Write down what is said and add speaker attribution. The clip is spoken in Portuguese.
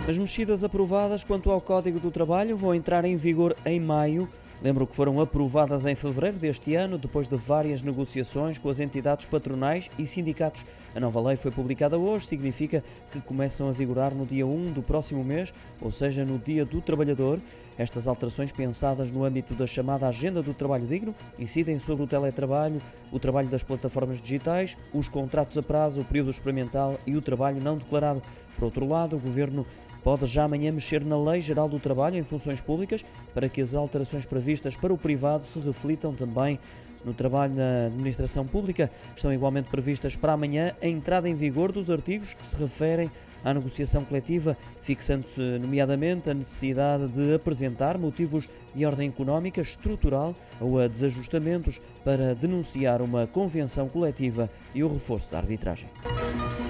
Speaker 1: As mexidas aprovadas quanto ao Código do Trabalho vão entrar em vigor em maio. Lembro que foram aprovadas em fevereiro deste ano, depois de várias negociações com as entidades patronais e sindicatos. A nova lei foi publicada hoje, significa que começam a vigorar no dia 1 do próximo mês, ou seja, no Dia do Trabalhador. Estas alterações, pensadas no âmbito da chamada Agenda do Trabalho Digno, incidem sobre o teletrabalho, o trabalho das plataformas digitais, os contratos a prazo, o período experimental e o trabalho não declarado. Por outro lado, o Governo pode já amanhã mexer na Lei Geral do Trabalho em funções públicas para que as alterações previstas para o privado se reflitam também no trabalho na administração pública. Estão igualmente previstas para amanhã a entrada em vigor dos artigos que se referem à negociação coletiva, fixando-se nomeadamente a necessidade de apresentar motivos de ordem económica, estrutural ou a desajustamentos para denunciar uma convenção coletiva e o reforço da arbitragem.